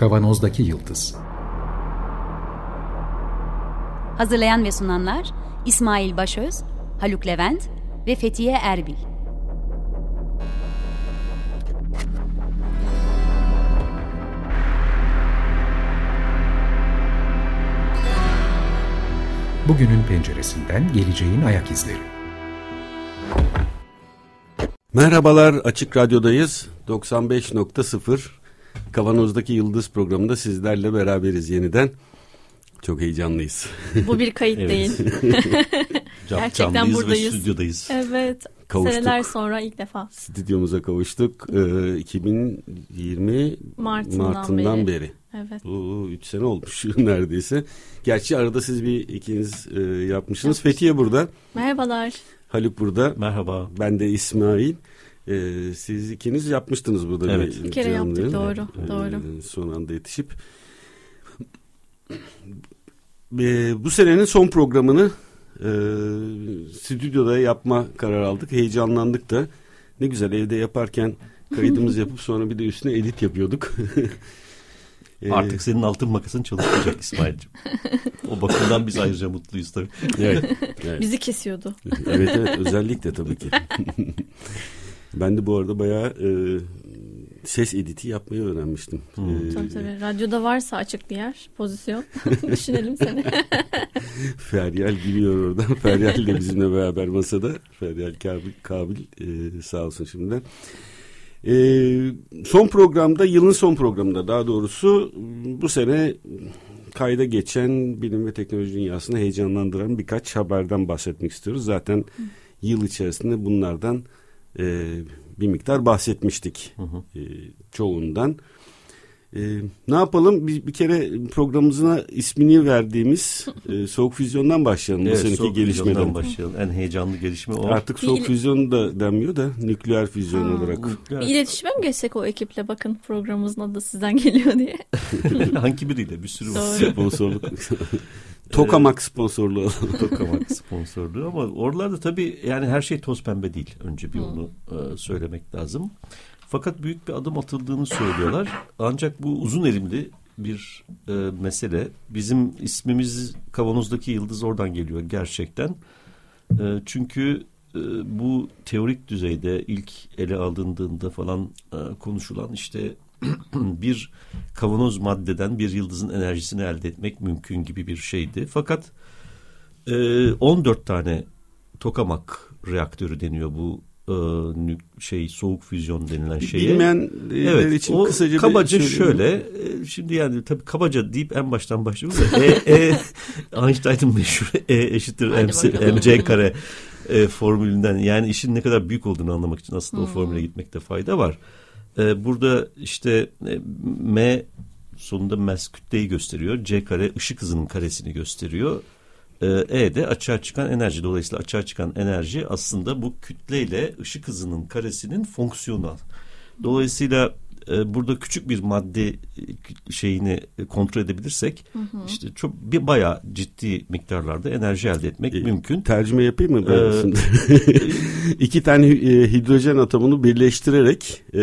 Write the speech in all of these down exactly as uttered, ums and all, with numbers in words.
Kavanozdaki Yıldız. Hazırlayan ve sunanlar İsmail Başöz, Haluk Levent ve Fethiye Erbil. Bugünün penceresinden geleceğin ayak izleri. Merhabalar, Açık Radyo'dayız. doksan beş nokta sıfır Kavanozdaki Yıldız programında sizlerle beraberiz yeniden. Çok heyecanlıyız. Bu bir kayıt değil. Gerçekten buradayız. Ve stüdyodayız. Evet. Kavuştuk. Seneler sonra ilk defa. Stüdyomuza kavuştuk. Ee, iki bin yirmi Mart'ından, Mart'ından beri. beri. Evet. Oo, üç sene olmuş neredeyse. Gerçi arada siz bir ikiniz e, yapmışsınız. Fethiye burada. Merhabalar. Haluk burada. Merhaba. Ben de İsmail. Ee, siz ikiniz yapmıştınız burada. Evet. Bir, bir kere canlı. yaptık, doğru. Ee, doğru. Son anda yetişip. Ee, bu senenin son programını e, stüdyoda yapma kararı aldık. Heyecanlandık da. Ne güzel, evde yaparken kaydımızı yapıp sonra bir de üstüne edit yapıyorduk. ee, Artık senin altın makasın çalışmayacak İsmail'cim. O bakımdan biz ayrıca mutluyuz tabii. Evet, evet. Bizi kesiyordu. Evet evet, özellikle tabii ki. Ben de bu arada bayağı e, ses editi yapmayı öğrenmiştim. Hmm. Ee, Tabii tabii. Radyoda varsa açık bir yer, pozisyon. Düşünelim seni. Feryal gülüyor oradan. Feryal de bizimle beraber masada. Feryal Kabil, Kabil e, sağ olsun şimdiden. E, son programda, yılın son programında daha doğrusu bu sene kayda geçen bilim ve teknoloji dünyasını heyecanlandıran birkaç haberden bahsetmek istiyoruz. Zaten Hı. yıl içerisinde bunlardan e, bir miktar bahsetmiştik. Hı hı. E, çoğundan. E, ne yapalım? Bir, bir kere programımızına ismini verdiğimiz e, soğuk füzyondan başlayalım. Evet, bu seneki soğuk gelişmeden füzyondan başlayalım. En heyecanlı gelişme o. Artık soğuk Bir... füzyon da denmiyor da nükleer füzyon ha. olarak. Nükleer. Bir iletişime mi geçsek o ekiple, bakın programımızın adı sizden geliyor diye. Hangi biriyle? Bir sürü var. Sponsorluk. Tokamak sponsorluğu. Tokamak sponsorluğu ama oralarda tabii yani her şey toz pembe değil. Önce bir onu e, söylemek lazım. Fakat büyük bir adım atıldığını söylüyorlar. Ancak bu uzun erimli bir e, mesele. Bizim ismimiz Kavanozdaki Yıldız oradan geliyor gerçekten. E, çünkü e, bu teorik düzeyde ilk ele alındığında falan e, konuşulan işte bir kavanoz maddeden bir yıldızın enerjisini elde etmek mümkün gibi bir şeydi. Fakat e, on dört tane tokamak reaktörü deniyor bu e, şey soğuk füzyon denilen şeye. Bilmeyenler evet, için o kısaca kabaca bir şöyle e, şimdi yani tabii kabaca deyip en baştan başlıyoruz da e, e, Einstein'ın meşhur E eşittir M, M C kare e, formülünden, yani işin ne kadar büyük olduğunu anlamak için aslında hmm. o formüle gitmekte fayda var. Burada işte M sonunda mass kütleyi gösteriyor. C kare ışık hızının karesini gösteriyor. E de açığa çıkan enerji. Dolayısıyla açığa çıkan enerji aslında bu kütleyle ışık hızının karesinin fonksiyonu. Dolayısıyla burada küçük bir madde şeyini kontrol edebilirsek hı hı. işte çok bir bayağı ciddi miktarlarda enerji elde etmek e, mümkün. Tercüme yapayım mı ben? Ee, İki tane e, hidrojen atomunu birleştirerek e,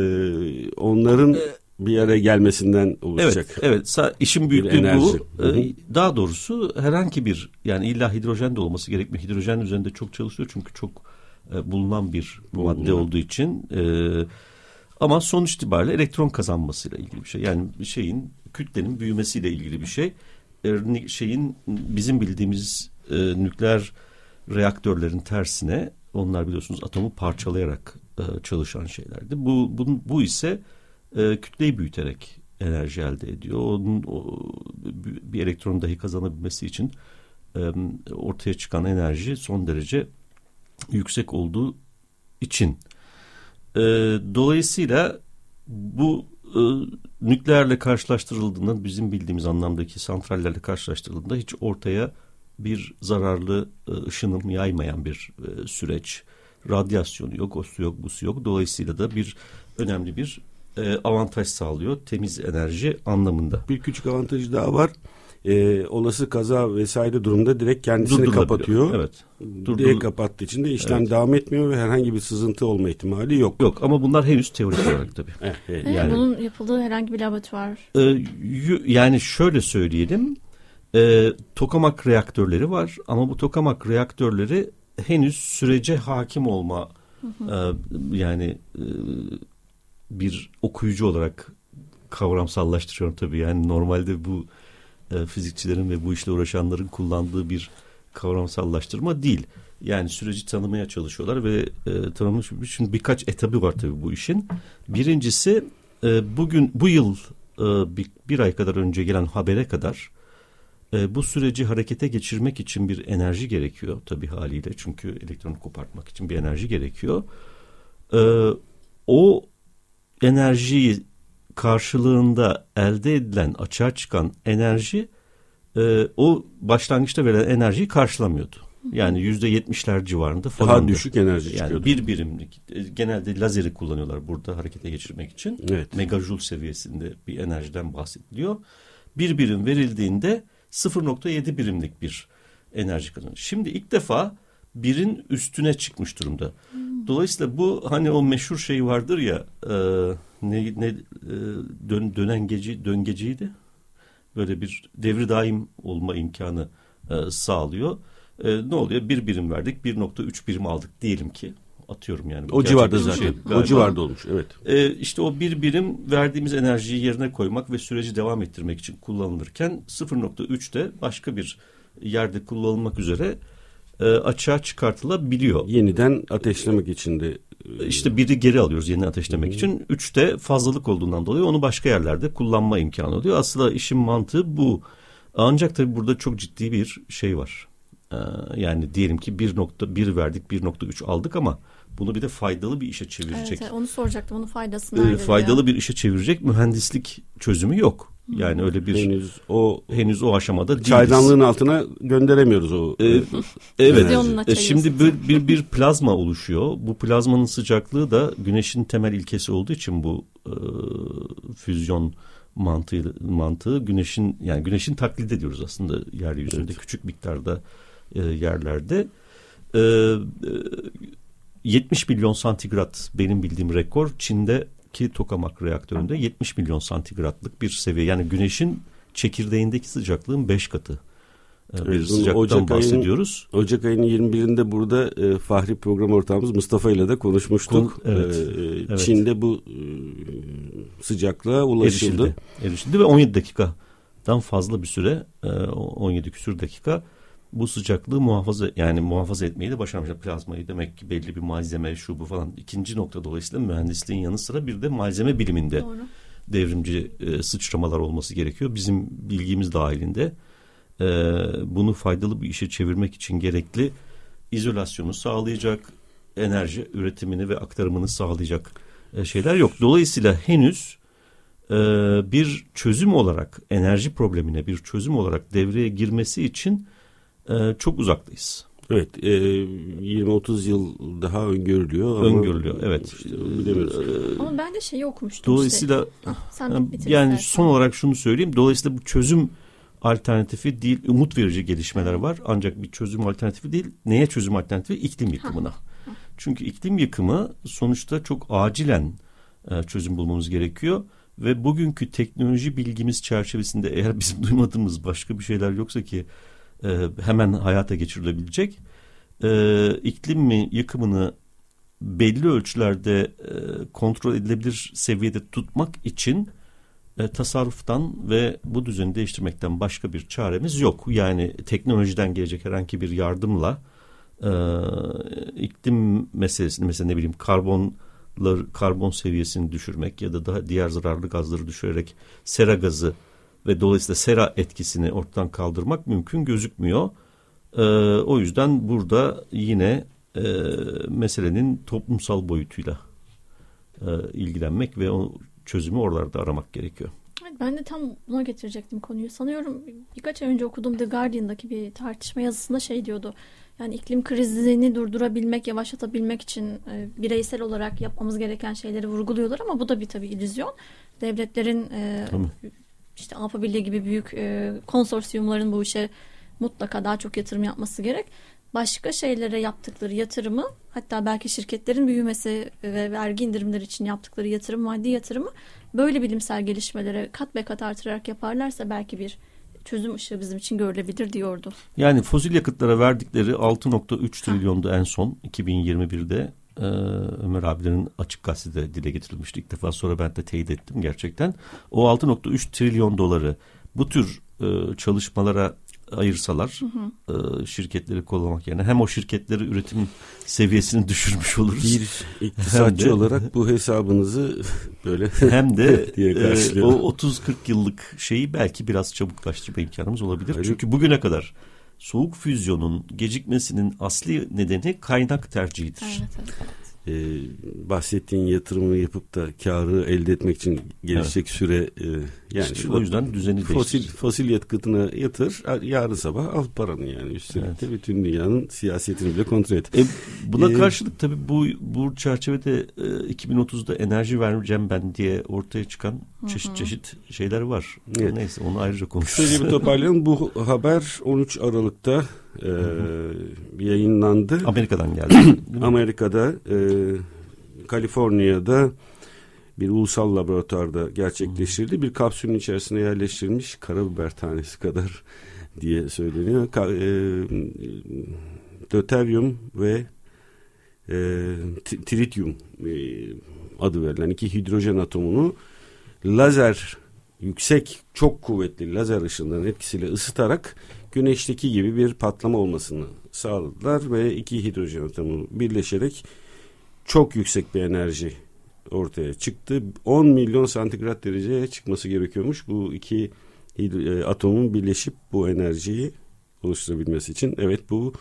onların bir araya gelmesinden oluşacak. Evet, evet. İşin büyüklüğü bu. Ee, daha doğrusu herhangi bir, yani illa hidrojen de olması gerekmiyor. Hidrojen üzerinde çok çalışıyor çünkü çok e, bulunan bir Bulunan. madde olduğu için. E, Ama sonuç itibariyle elektron kazanmasıyla ilgili bir şey. Yani şeyin, kütlenin büyümesiyle ilgili bir şey. Ee, şeyin bizim bildiğimiz e, nükleer reaktörlerin tersine, onlar biliyorsunuz atomu parçalayarak e, çalışan şeylerdi. Bu, bu, bu ise e, kütleyi büyüterek enerji elde ediyor. Onun o, bir elektron dahi kazanabilmesi için e, ortaya çıkan enerji son derece yüksek olduğu için. E, dolayısıyla bu e, nükleerle karşılaştırıldığında, bizim bildiğimiz anlamdaki santrallerle karşılaştırıldığında hiç ortaya bir zararlı e, ışınım yaymayan bir e, süreç. Radyasyonu yok, o su yok, bu su yok. Dolayısıyla da bir önemli bir e, avantaj sağlıyor temiz enerji anlamında. Bir küçük avantajı daha var. e, olası kaza vesaire durumda direkt kendisini kapatıyor. Evet. Durdurul- direkt kapattığı için de işlem evet. devam etmiyor ve herhangi bir sızıntı olma ihtimali yok. Yok ama bunlar henüz teorik olarak tabii. Evet, evet. Yani, bunun yapıldığı herhangi bir laboratuvar. E, yani şöyle söyleyelim. E, tokamak reaktörleri var ama bu tokamak reaktörleri henüz sürece hakim olma hı hı. E, yani e, bir okuyucu olarak kavramsallaştırıyorum tabii. Yani normalde bu e, fizikçilerin ve bu işle uğraşanların kullandığı bir kavramsallaştırma değil. Yani süreci tanımaya çalışıyorlar ve e, tanımlamış için birkaç etabı var tabii bu işin. Birincisi e, bugün bu yıl e, bir, bir ay kadar önce gelen habere kadar e, bu süreci harekete geçirmek için bir enerji gerekiyor tabii haliyle. Çünkü elektronu kopartmak için bir enerji gerekiyor. E, o enerjiyi karşılığında elde edilen, açığa çıkan enerji e, o başlangıçta verilen enerjiyi karşılamıyordu. Yani yüzde yetmişler civarında falan. Daha düşük enerji çıkıyordu. Yani bir birimlik. Genelde lazeri kullanıyorlar burada harekete geçirmek için. Evet. Megajoule seviyesinde bir enerjiden bahsediliyor. Bir birim verildiğinde sıfır nokta yedi birimlik bir enerji kazanıyor. Şimdi ilk defa birin üstüne çıkmış durumda. Hmm. Dolayısıyla bu hani o meşhur şey vardır ya e, ne, ne e, dön, dönen gece döngeciydi. Böyle bir devri daim olma imkanı e, sağlıyor. E, ne oluyor? Bir birim verdik, bir nokta üç birim aldık diyelim ki. Atıyorum yani. O civarda zaten. Şey, o civarda olmuş. Evet. E, işte o bir birim verdiğimiz enerjiyi yerine koymak ve süreci devam ettirmek için kullanılırken sıfır nokta üçte başka bir yerde kullanılmak üzere e, açığa çıkartılabiliyor. Yeniden ateşlemek için de. E, işte biri geri alıyoruz yeniden ateşlemek hmm. için. Üçte fazlalık olduğundan dolayı onu başka yerlerde kullanma imkanı oluyor. Aslında işin mantığı bu. Ancak tabii burada çok ciddi bir şey var. Ee, yani diyelim ki bir nokta bir verdik, bir nokta üç aldık ama bunu bir de faydalı bir işe çevirecek. Evet, onu soracaktım. Onun faydası nerede? Ee, faydalı ya? Bir işe çevirecek mühendislik çözümü yok. Yani hmm. öyle bir henüz o henüz o aşamada değiliz. Çaydanlığın altına gönderemiyoruz o. Ee, evet. E, şimdi bir, bir bir plazma oluşuyor. Bu plazmanın sıcaklığı da güneşin temel ilkesi olduğu için bu e, füzyon mantığı mantığı güneşin yani güneşin taklit ediyoruz aslında yeryüzünde evet. küçük miktarda e, yerlerde. E, e, yetmiş milyon santigrat benim bildiğim rekor. Çin'deki tokamak reaktöründe yetmiş milyon santigratlık bir seviye. Yani güneşin çekirdeğindeki sıcaklığın beş katı. E, bir sıcaktan Ocak bahsediyoruz. Ayının, Ocak ayının yirmi birinde burada e, Fahri program ortağımız Mustafa ile de konuşmuştuk. Kon, evet, e, evet. Çin'de bu e, sıcaklığa ulaşıldı. Erişildi, erişildi ve on yedi dakikadan fazla bir süre e, on yedi küsur dakika bu sıcaklığı muhafaza yani muhafaza etmeyi de başarmışlar. Plazmayı demek ki belli bir malzeme şu bu falan. İkinci nokta dolayısıyla mühendisliğin yanı sıra bir de malzeme biliminde Doğru. devrimci e, sıçramalar olması gerekiyor. Bizim bilgimiz dahilinde e, bunu faydalı bir işe çevirmek için gerekli izolasyonu sağlayacak, enerji üretimini ve aktarımını sağlayacak e, şeyler yok. Dolayısıyla henüz e, bir çözüm olarak enerji problemine bir çözüm olarak devreye girmesi için Ee, çok uzaktayız. Evet, e, yirmi otuz yıl daha öngörülüyor. Ama öngörülüyor, evet. Işte, ee, ama ben de şeyi okumuştum. Dolayısıyla işte. yani, yani son olarak şunu söyleyeyim. Dolayısıyla bu çözüm alternatifi değil, umut verici gelişmeler var. Ancak bir çözüm alternatifi değil. Neye çözüm alternatifi? İklim yıkımına. Ha. Çünkü iklim yıkımı sonuçta çok acilen e, çözüm bulmamız gerekiyor. Ve bugünkü teknoloji bilgimiz çerçevesinde eğer bizim duymadığımız başka bir şeyler yoksa ki hemen hayata geçirilebilecek e, iklim yıkımını belli ölçülerde e, kontrol edilebilir seviyede tutmak için e, tasarruftan ve bu düzeni değiştirmekten başka bir çaremiz yok. Yani teknolojiden gelecek herhangi bir yardımla e, iklim meselesini mesela ne bileyim karbonlar, karbon seviyesini düşürmek ya da daha diğer zararlı gazları düşürerek sera gazı ve dolayısıyla sera etkisini ortadan kaldırmak mümkün gözükmüyor. Ee, o yüzden burada yine e, meselenin toplumsal boyutuyla e, ilgilenmek ve o çözümü oralarda aramak gerekiyor. Ben de tam buna getirecektim konuyu. Sanıyorum birkaç ay önce okuduğum The Guardian'daki bir tartışma yazısında şey diyordu. Yani iklim krizini durdurabilmek, yavaşlatabilmek için e, bireysel olarak yapmamız gereken şeyleri vurguluyorlar ama bu da bir tabii illüzyon. Devletlerin e, işte Avrupa Birliği gibi büyük e, konsorsiyumların bu işe mutlaka daha çok yatırım yapması gerek. Başka şeylere yaptıkları yatırımı, hatta belki şirketlerin büyümesi ve vergi indirimleri için yaptıkları yatırım, maddi yatırımı böyle bilimsel gelişmelere kat be kat artırarak yaparlarsa belki bir çözüm ışığı bizim için görülebilir diyordu. Yani fosil yakıtlara verdikleri altı nokta üç trilyondu en son iki bin yirmi birde. Ee, Ömer abilerin Açık Gazete'de dile getirilmişti ilk defa, sonra ben de teyit ettim gerçekten. O altı nokta üç trilyon doları bu tür e, çalışmalara ayırsalar, hı hı. E, şirketleri kollamak yerine hem o şirketleri üretim seviyesini düşürmüş oluruz. Bir iktisatçı de, olarak bu hesabınızı böyle hem de e, o otuz kırk yıllık şeyi belki biraz çabuklaştırma imkanımız olabilir. Hayır. Çünkü bugüne kadar soğuk füzyonun gecikmesinin asli nedeni kaynak tercihidir. Evet, evet. Ee, bahsettiğin yatırımı yapıp da karı elde etmek için gelecek evet. süre e, yani işte o yüzden düzeni fosil değiştir. fosil yakıtına yatır, yarın sabah al paranı yani üstelik evet. de bütün dünyanın siyasetini bile kontrol et. E, buna ee, karşılık tabii bu bu çerçevede e, iki bin otuzda enerji vereceğim ben diye ortaya çıkan çeşit hı hı. çeşit şeyler var. Evet. Neyse onu ayrıca konuşuruz. Şöyle bir toparlayalım. Bu haber on üç Aralık'ta e, yayınlandı. Amerika'dan geldi. Amerika'da e, Kaliforniya'da bir ulusal laboratuvarda gerçekleştirildi. Bir kapsülün içerisine yerleştirilmiş karabiber tanesi kadar diye söyleniyor. Ka, e, Döteryum ve e, tritium e, adı verilen iki hidrojen atomunu lazer, yüksek, çok kuvvetli lazer ışınlarının etkisiyle ısıtarak güneşteki gibi bir patlama olmasını sağladılar ve iki hidrojen atomu birleşerek çok yüksek bir enerji ortaya çıktı. on milyon santigrat dereceye çıkması gerekiyormuş bu iki atomun birleşip bu enerjiyi oluşturabilmesi için. Evet, bu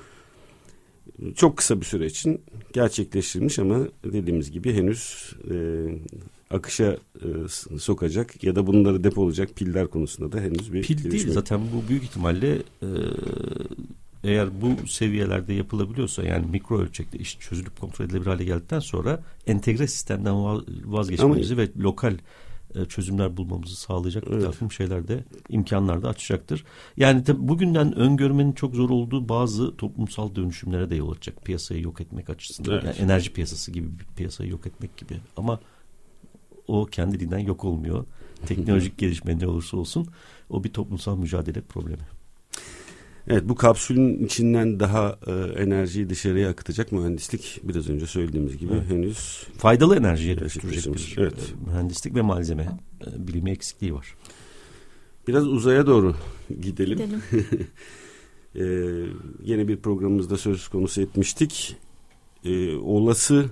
çok kısa bir süre için gerçekleştirilmiş ama dediğimiz gibi henüz e, akışa e, sokacak ya da bunları depolayacak piller konusunda da henüz bir pil değil. Zaten bu büyük ihtimalle e, eğer bu seviyelerde yapılabiliyorsa, yani mikro ölçekte iş çözülüp kontrol edilebilir hale geldikten sonra entegre sistemden vazgeçmemizi ama, ve lokal e, çözümler bulmamızı sağlayacak evet. bir takım şeyler de, imkanlar da açacaktır. Yani tabi bugünden öngörmenin çok zor olduğu bazı toplumsal dönüşümlere de yol açacak. Piyasayı yok etmek açısından. Evet. Yani enerji piyasası gibi bir piyasayı yok etmek gibi. Ama o kendiliğinden yok olmuyor. Teknolojik gelişme ne olursa olsun o bir toplumsal mücadele problemi. Evet, bu kapsülün içinden daha e, enerjiyi dışarıya akıtacak mühendislik biraz önce söylediğimiz gibi evet. henüz faydalı enerjiye dönüştürecek bir evet. e, mühendislik ve malzeme e, bilimi eksikliği var. Biraz uzaya doğru gidelim. Gidelim. e, yeni bir programımızda söz konusu etmiştik. E, olası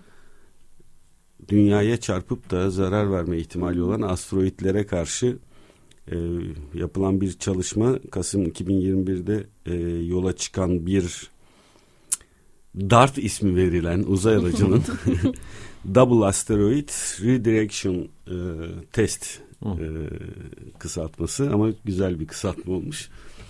dünyaya çarpıp da zarar verme ihtimali olan asteroitlere karşı e, yapılan bir çalışma, Kasım iki bin yirmi birde e, yola çıkan bir DART ismi verilen uzay aracının Double Asteroid Redirection e, Test e, kısaltması, ama güzel bir kısaltma olmuş.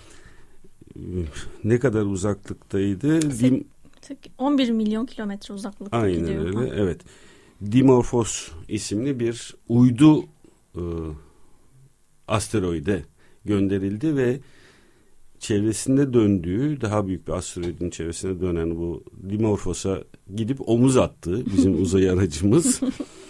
Ne kadar uzaklıktaydı? Dim- on bir milyon kilometre uzaklıkta Aynen gidiyor. Aynen öyle, evet. Dimorphos isimli bir uydu e, asteroide gönderildi ve çevresinde döndüğü, daha büyük bir asteroidin çevresinde dönen bu Dimorphos'a gidip omuz attı bizim uzay aracımız.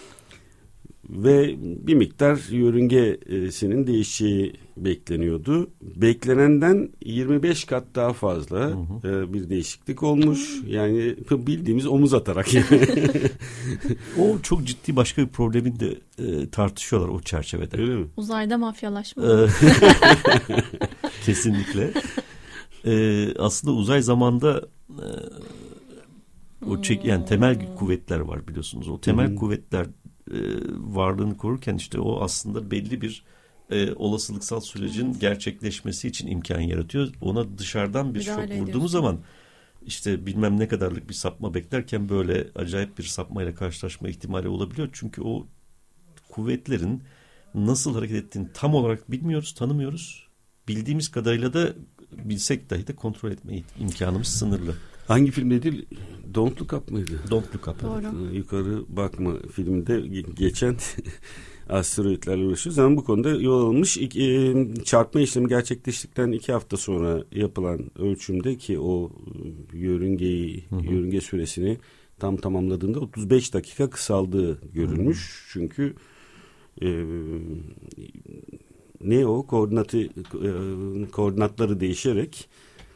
Ve bir miktar yörüngesinin değişeceği bekleniyordu. Beklenenden yirmi beş kat daha fazla hı hı. bir değişiklik olmuş. Yani bildiğimiz omuz atarak. Yani. O çok ciddi başka bir problemin de e, tartışıyorlar o çerçevede. Öyle mi? Uzayda mafyalaşma. Kesinlikle. E, aslında uzay zamanda e, o çek, yani temel kuvvetler var biliyorsunuz. O temel hmm. kuvvetler e, varlığını korurken işte o aslında belli bir e, olasılıksal sürecin gerçekleşmesi için imkan yaratıyor. Ona dışarıdan bir şok vurduğumuz zaman işte bilmem ne kadarlık bir sapma beklerken böyle acayip bir sapmayla karşılaşma ihtimali olabiliyor. Çünkü o kuvvetlerin nasıl hareket ettiğini tam olarak bilmiyoruz, tanımıyoruz. Bildiğimiz kadarıyla da bilsek dahi de kontrol etme imkanımız sınırlı. Hangi filmde? Don't Look Up mıydı? Don't Look Up. Doğru. Yukarı bakma filminde geçen asteroidlerle uğraşıyoruz. Ama bu konuda yol alınmış. İki, e, çarpma işlemi gerçekleştikten iki hafta sonra yapılan ölçümde ki o yörüngeyi, hı hı. yörünge süresini tam tamamladığında otuz beş dakika kısaldığı görülmüş. Hı. Çünkü e, ne o koordinatı e, koordinatları değişerek,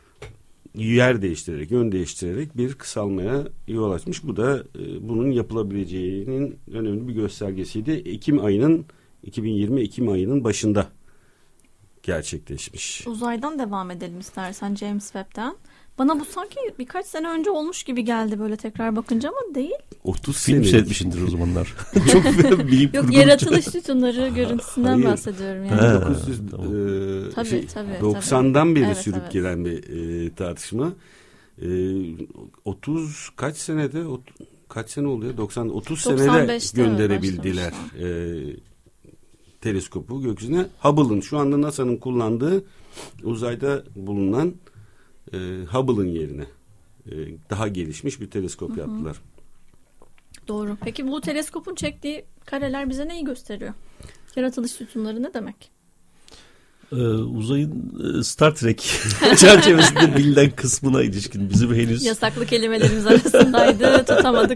yer değiştirerek, yön değiştirerek bir kısalmaya yol açmış. Bu da e, bunun yapılabileceğinin önemli bir göstergesiydi. Ekim ayının iki bin yirmi Ekim ayının başında gerçekleşmiş. Uzaydan devam edelim istersen, James Webb'den. Bana bu sanki birkaç sene önce olmuş gibi geldi böyle tekrar bakınca, ama değil. otuz film seyretmişindir o zamanlar. Çok bilim Yok, yaratılış sütunları görüntüsünden Hayır. bahsediyorum yani. Ha, dokuz yüz, tamam. e, tabii, şey, tabii, doksandan tabii. beri evet, sürüp evet. gelen bir e, tartışma. E, otuz kaç senede ot, kaç sene oluyor? doksan otuz senede gönderebildiler e, teleskopu gökyüzüne. Hubble'ın, şu anda NASA'nın kullandığı uzayda bulunan e, Hubble'ın yerine e, daha gelişmiş bir teleskop Hı-hı. yaptılar. Doğru. Peki bu teleskopun çektiği kareler bize neyi gösteriyor? Yaratılış sütunları ne demek? Ee, uzayın Star Trek çerçevesinde bilinen kısmına ilişkin bizim henüz... Yasaklı kelimelerimiz arasındaydı, tutamadık.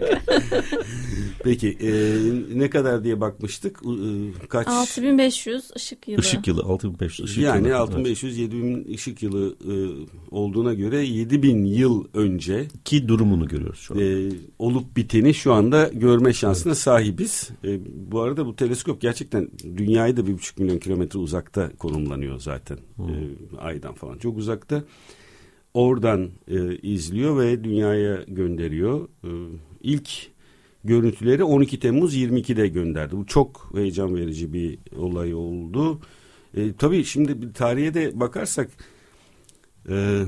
Peki e, ne kadar diye bakmıştık? E, kaç? altı bin beş yüz ışık yılı. Işık yılı, altı bin beş yüz ışık yani yılı. Yani altı bin beş yüz yedi bin ışık yılı e, olduğuna göre yedi bin yıl önce ki durumunu görüyoruz şu an. E, olup biteni şu anda görme şansına evet. sahibiz. E, bu arada bu teleskop gerçekten dünyayı da bir buçuk milyon kilometre uzakta konumlanıyor zaten. Hmm. E, aydan falan çok uzakta. Oradan e, izliyor ve dünyaya gönderiyor. E, ilk görüntüleri on iki Temmuz yirmi ikide gönderdi. Bu çok heyecan verici bir olay oldu. E, tabii şimdi tarihe de bakarsak e,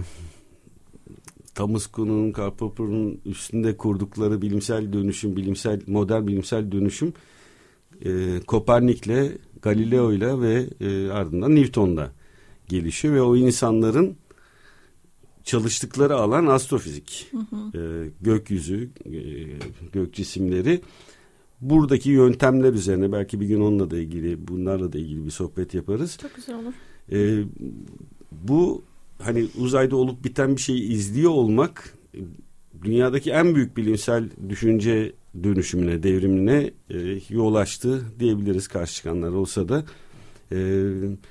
Thomas Kuhn'un, Karl Popper'ın üstünde kurdukları bilimsel dönüşüm, bilimsel modern bilimsel dönüşüm e, Kopernik'le, Galileo'yla ve e, ardından Newton'la gelişiyor ve o insanların çalıştıkları alan astrofizik, hı hı. E, gökyüzü, e, gök cisimleri. Buradaki yöntemler üzerine belki bir gün onunla da ilgili, bunlarla da ilgili bir sohbet yaparız. Çok güzel olur. E, bu hani uzayda olup biten bir şeyi izliyor olmak, dünyadaki en büyük bilimsel düşünce dönüşümüne, devrimine e, yol açtı diyebiliriz, karşı çıkanlar olsa da. E,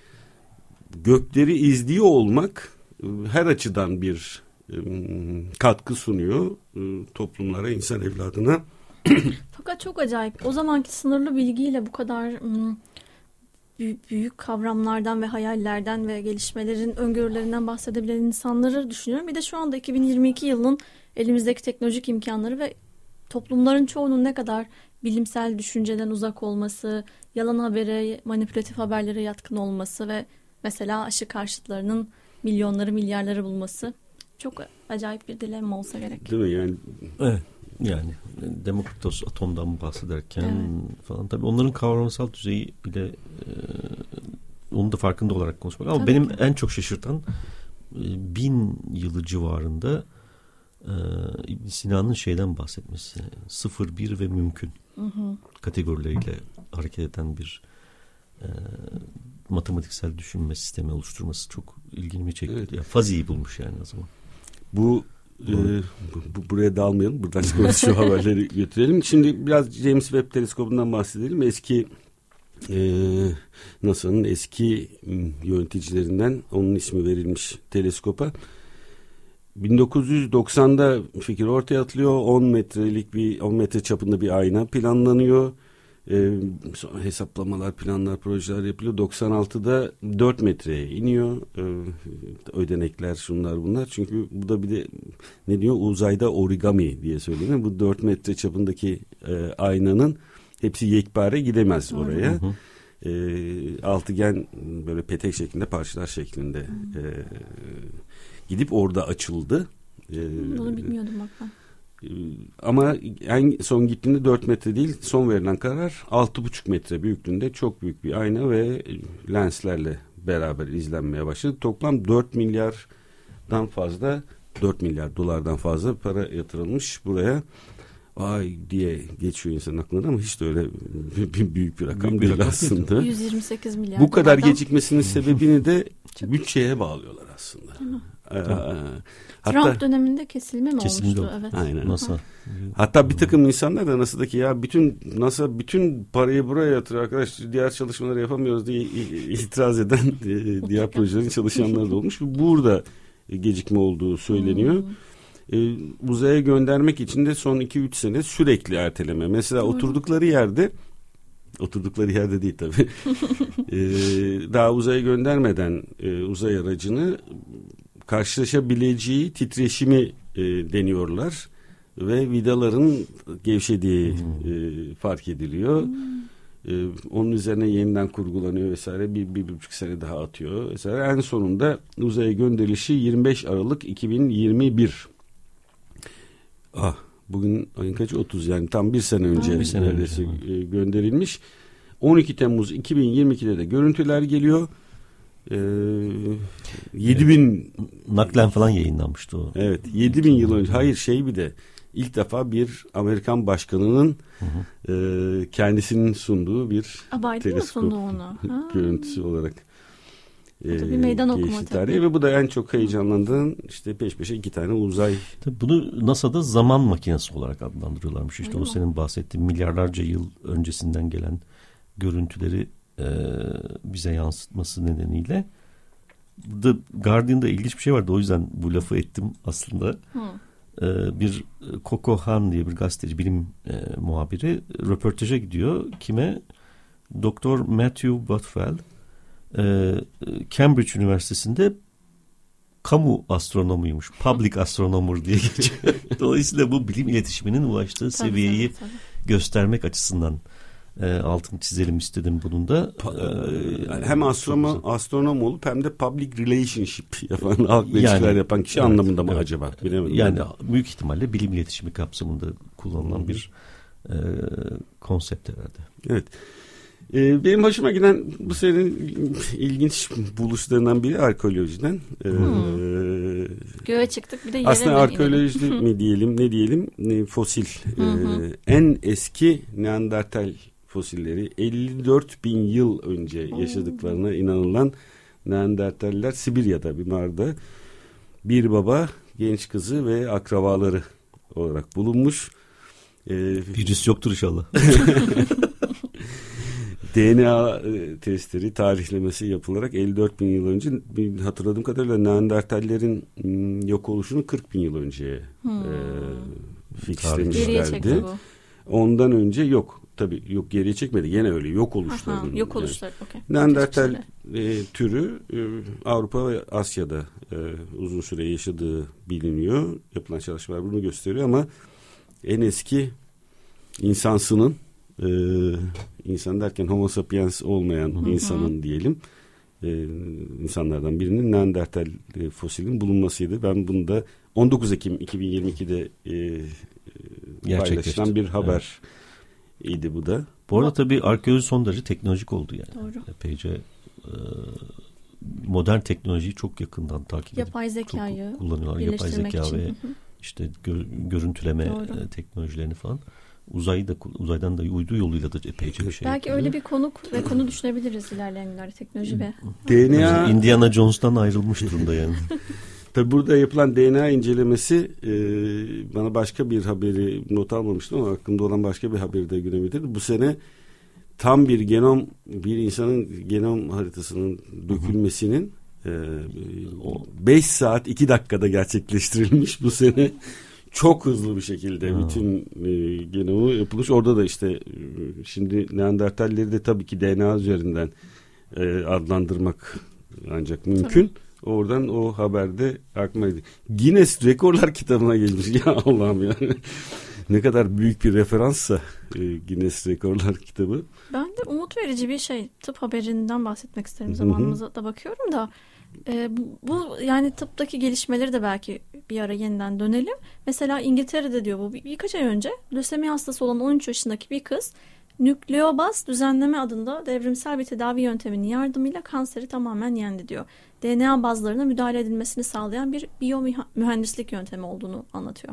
gökleri izliyor olmak her açıdan bir e, katkı sunuyor e, toplumlara, insan evladına. Fakat çok acayip. O zamanki sınırlı bilgiyle bu kadar m, büyük, büyük kavramlardan ve hayallerden ve gelişmelerin öngörülerinden bahsedebilen insanları düşünüyorum. Bir de şu anda iki bin yirmi iki yılının elimizdeki teknolojik imkanları ve toplumların çoğunun ne kadar bilimsel düşünceden uzak olması, yalan habere, manipülatif haberlere yatkın olması ve mesela aşı karşıtlarının milyonları, milyarları bulması çok acayip bir dilemma olsa gerek. Değil mi yani? Evet. Yani Demokritos atomdan bahsederken evet. falan, tabii onların kavramsal düzeyi bile e, onun da farkında olarak konuşmak. Ama tabii benim ki. En çok şaşırtan e, bin yılı civarında e, İbn Sina'nın şeyden bahsetmesi, sıfır, bir ve mümkün hı hı. kategorileriyle hareket eden bir e, matematiksel düşünme sistemi oluşturması çok ilgimi çekti. Evet. Yani faziyi bulmuş yani o zaman. Bu e, bu, buraya dalmayalım. Buradan şu haberleri götürelim. Şimdi biraz James Webb teleskobundan bahsedelim. Eski e, NASA'nın eski yöneticilerinden onun ismi verilmiş teleskopa. bin dokuz yüz doksanda fikir ortaya atılıyor. on metrelik bir on metre çapında bir ayna planlanıyor. Ee, sonra hesaplamalar, planlar, projeler yapılıyor. doksan altıda dört metreye iniyor. Ee, ödenekler, şunlar bunlar. Çünkü bu da bir de ne diyor? Uzayda origami diye söyleniyor. Bu dört metre çapındaki e, aynanın hepsi yekpare gidemez oraya. Hı hı. E, altıgen böyle petek şeklinde, parçalar şeklinde e, gidip orada açıldı. E, Bunu bilmiyordum bak ben. Ama en son gittiğinde dört metre değil, son verilen karar altı buçuk metre büyüklüğünde çok büyük bir ayna ve lenslerle beraber izlenmeye başladı. Toplam dört milyardan fazla, dört milyar dolardan fazla para yatırılmış buraya. ay diye geçiyor insanın aklına ama hiç de öyle bir, büyük bir rakam büyük değil bir rakam aslında. yüz yirmi sekiz milyar. Bu kadar dolardan gecikmesinin sebebini de bütçeye bağlıyorlar aslında. Ee, hatta Trump döneminde kesilme mi kesildi olmuştu? O. Evet. Aynen. NASA. Hatta bir takım insanlar da NASA'daki ya bütün NASA bütün parayı buraya yatırıyor arkadaş, diğer çalışmaları yapamıyoruz diye itiraz eden diğer projelerin çalışanları da olmuş. Burada gecikme olduğu söyleniyor. Hmm. Ee, uzaya göndermek için de son iki üç sene sürekli erteleme. Mesela Doğru. oturdukları yerde oturdukları yerde değil tabii. ee, daha uzaya göndermeden e, uzay aracını karşılaşabileceği titreşimi e, deniyorlar ve vidaların gevşediği hmm. e, fark ediliyor. Hmm. E, onun üzerine yeniden kurgulanıyor vesaire. Bir, bir, bir buçuk sene daha atıyor vesaire. En sonunda uzaya gönderilişi yirmi beş Aralık iki bin yirmi bir. Ah, bugün ayın kaçı? otuz, yani tam bir sene önce, ha, bir sene neredeyse önce. gönderilmiş. on iki Temmuz iki bin yirmi ikide de görüntüler geliyor. Ee, yedi bin naklen falan yayınlanmıştı o. Evet, yedi bin yıl önce. Hayır, şey bir de ilk defa bir Amerikan başkanının hı hı. E, kendisinin sunduğu bir Biden teleskop onu? görüntüsü olarak e, bir meydan okuma tabii. Ve bu da en çok heyecanlandığın işte peş peşe iki tane uzay. Tabii bunu NASA'da zaman makinesi olarak adlandırıyorlarmış. İşte Öyle o mi? Senin bahsettiğin milyarlarca yıl öncesinden gelen görüntüleri e, bize yansıtması nedeniyle. Burada Guardian'da ilginç bir şey vardı. O yüzden bu lafı ettim aslında. Hı. E, bir Coco Han diye bir gazeteci, bilim e, muhabiri röportaja gidiyor. Kime? Doktor Matthew Botfeld. E, Cambridge Üniversitesi'nde kamu astronomuymuş. Public astronomer diye geçiyor. Dolayısıyla bu bilim iletişiminin ulaştığı tabii, seviyeyi tabii, tabii. göstermek açısından E, altını çizelim istedim bunun da. E, hem astronom, astronom olup hem de public relationship yapan, halkla ilişkiler yani, yapan kişi evet, anlamında mı evet. acaba? Bilemedim. Yani ben. büyük ihtimalle bilim iletişimi kapsamında kullanılan Hı-hı. bir e, konsept herhalde. Evet. E, benim hoşuma giden bu serinin ilginç buluşlarından biri arkeolojiden. E, Göğe çıktık, bir de yere aslında arkeoloji mi diyelim, ne diyelim, e, fosil. E, en eski Neandertal fosilleri elli dört bin yıl önce yaşadıklarına inanılan Neandertaller Sibirya'da bir mağarada bir baba, genç kızı ve akrabaları olarak bulunmuş. Ee, Virüs yoktur inşallah. D N A testleri, tarihlemesi yapılarak elli dört bin yıl önce, hatırladığım kadarıyla Neandertallerin yok oluşunu kırk bin yıl önceye hmm. e, fixlemişlerdi. Ondan önce yok. Tabii yok, geriye çekmedi. Yine öyle yok oluşlarının. Aha, yok oluşlar. Yani. Okay. Neandertal e, türü e, Avrupa ve Asya'da e, uzun süre yaşadığı biliniyor. Yapılan çalışmalar bunu gösteriyor ama en eski insansının, e, insan derken Homo sapiens olmayan Hı-hı. insanın diyelim, e, insanlardan birinin Neandertal e, fosilinin bulunmasıydı. Ben bunu da on dokuz Ekim iki bin yirmi ikide e, paylaşılan bir haber. Evet. İyiydi bu da. Bu arada tabii arkeoloji son derece teknolojik oldu yani. Doğru. Epeyce e, modern teknolojiyi çok yakından takip edip yapay zekayı kullanıyorlar. Yapay zeka için. Ve işte gör, görüntüleme e, teknolojilerini falan. Uzayı da, uzaydan da uydu yoluyla da epeyce bir şey belki yapıyor. Öyle bir konuk ve konu düşünebiliriz ilerleyen günlerde, teknoloji ve D N A Indiana Jones'tan ayrılmış durumda yani. Tabii burada yapılan D N A incelemesi e, bana başka bir haberi not almamıştım ama aklımda olan başka bir haberi de gündemiydi. Bu sene tam bir genom, bir insanın genom haritasının dökülmesinin e, beş saat iki dakikada gerçekleştirilmiş bu sene. Çok hızlı bir şekilde ha. bütün e, genomu yapılmış. Orada da işte e, şimdi Neandertalleri de tabii ki D N A üzerinden e, adlandırmak ancak mümkün. Tabii. Oradan o haberde aklıma geldi. Guinness Rekorlar kitabına gelmiş. Ya Allah'ım ya. Ne kadar büyük bir referanssa e, Guinness Rekorlar kitabı. Ben de umut verici bir şey. Tıp haberinden bahsetmek isterim. Zamanımıza da bakıyorum da. E, bu, bu yani tıptaki gelişmeleri de belki bir ara yeniden dönelim. Mesela İngiltere'de diyor bu bir, birkaç ay önce lösemi hastası olan on üç yaşındaki bir kız nükleobaz düzenleme adında devrimsel bir tedavi yönteminin yardımıyla kanseri tamamen yendi diyor. D N A bazlarına müdahale edilmesini sağlayan bir biyomühendislik yöntemi olduğunu anlatıyor.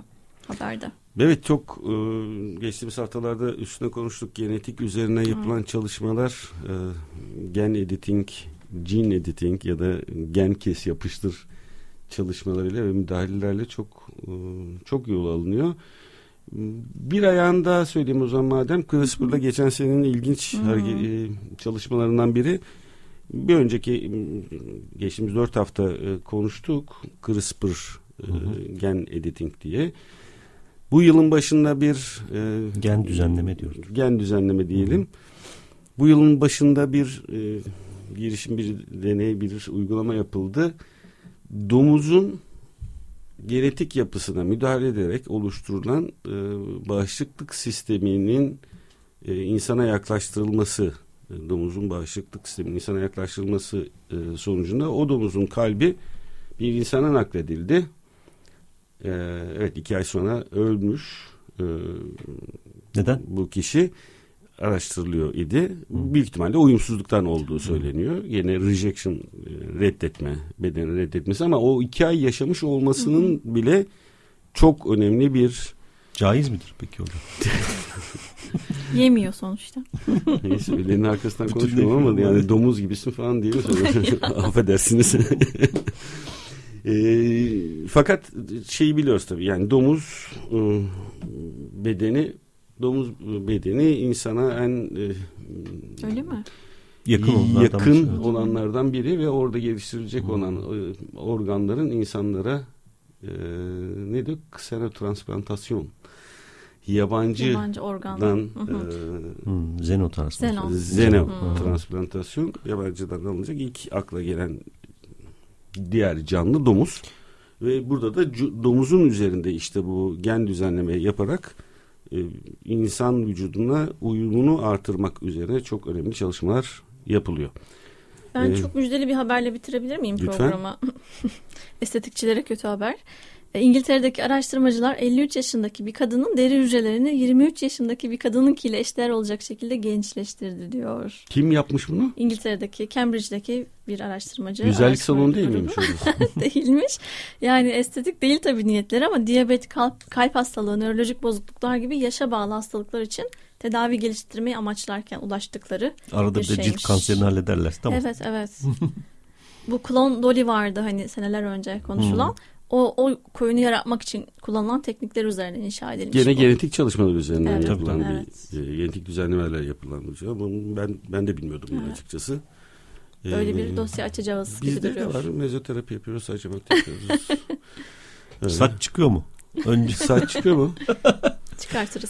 haberde. Evet, çok e, geçtiğimiz haftalarda üstüne konuştuk. Genetik üzerine yapılan hmm. çalışmalar, e, gen editing, gene editing ya da gen kes yapıştır çalışmalarıyla ve müdahalelerle çok e, çok yol alınıyor. Bir ayağını daha söyleyeyim o zaman madem. CRISPR'la geçen senenin ilginç hmm. hareket, e, çalışmalarından biri. Bir önceki geçtiğimiz dört hafta e, konuştuk. CRISPR e, gen editing diye. Bu yılın başında bir e, gen düzenleme diyoruz. Gen düzenleme diyelim. Hı. Bu yılın başında bir e, girişim, bir deney, bir uygulama yapıldı. Domuzun genetik yapısına müdahale ederek oluşturulan e, bağışıklık sisteminin e, insana yaklaştırılması, e, domuzun bağışıklık sisteminin insana yaklaştırılması e, sonucunda o domuzun kalbi bir insana nakledildi. E, evet, iki ay sonra ölmüş. E, Neden? Bu kişi araştırılıyor idi. Hı. Büyük ihtimalle uyumsuzluktan olduğu söyleniyor. Yine rejection, reddetme, bedeni reddetmesi, ama o iki ay yaşamış olmasının Hı. bile çok önemli bir... Caiz midir peki hocam? Yemiyor sonuçta. Neyse, ölenin arkasından konuşmuyorum ama yani domuz gibisin falan diye mi söylüyorum? Affedersiniz. e, fakat şeyi biliyoruz tabii, yani domuz e, bedeni Domuz bedeni insana en e, öyle mi? Yakın olanlardan, yakın olanlardan biri ve orada geliştirilecek hmm. olan e, organların insanlara e, ne diyor? Ksenotransplantasyon. Yabancı, Yabancı organdan e, hmm, xenotransplantasyon. Xenotransplantasyon hmm. yabancıdan alınacak ilk akla gelen diğer canlı domuz. Ve burada da domuzun üzerinde işte bu gen düzenleme yaparak insan vücuduna uyumunu artırmak üzerine çok önemli çalışmalar yapılıyor. Ben ee, çok müjdeli bir haberle bitirebilir miyim lütfen programı? Estetikçilere kötü haber. İngiltere'deki araştırmacılar elli üç yaşındaki bir kadının deri hücrelerini yirmi üç yaşındaki bir kadınınkiyle eşdeğer olacak şekilde gençleştirdi diyor. Kim yapmış bunu? İngiltere'deki, Cambridge'deki bir araştırmacı. Güzellik salonu değil miymiş? Değilmiş. Yani estetik değil tabii niyetleri, ama diyabet, kalp, kalp hastalığı, nörolojik bozukluklar gibi yaşa bağlı hastalıklar için tedavi geliştirmeyi amaçlarken ulaştıkları arada bir de cilt kanserini hallederler. Tamam. Evet, evet. Bu klon Dolly vardı hani seneler önce konuşulan. Hmm. O, o koyunu yaratmak için kullanılan teknikler üzerine inşa edilmiş. Gene bu. genetik çalışmalar üzerine evet, yapılan tabii, bir evet. e, genetik düzenlemeler yapılan bir şey. Bunu ben ben de bilmiyordum bunu evet. açıkçası. Böyle ee, bir dosya açacağız gibi duruyor. Bizde de var. Mezoterapi yapıyoruz, saç yapıyoruz. evet. Saç çıkıyor mu? Önce saç çıkıyor mu? Çıkartırız.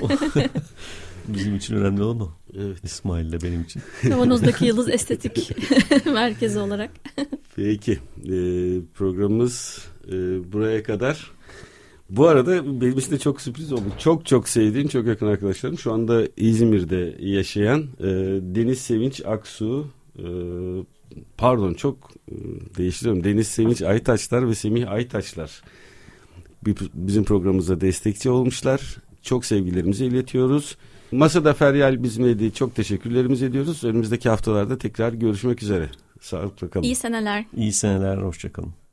Bizim için önemli olan o. Evet. İsmail ile benim için. Kavanozdaki Yıldız Estetik Merkezi olarak. Peki. Ee, programımız e, buraya kadar. Bu arada benim için de çok sürpriz oldu. Çok çok sevdiğim, çok yakın arkadaşlarım. Şu anda İzmir'de yaşayan e, Deniz Sevinç Aksu, e, pardon çok e, değiştiriyorum. Deniz Sevinç Aytaçlar ve Semih Aytaçlar bizim programımıza destekçi olmuşlar. Çok sevgilerimizi iletiyoruz. Masada Feryal bizimleydi. Çok teşekkürlerimizi ediyoruz. Önümüzdeki haftalarda tekrar görüşmek üzere. Sağlıkla kalın. İyi seneler. İyi seneler. Hoşça kalın.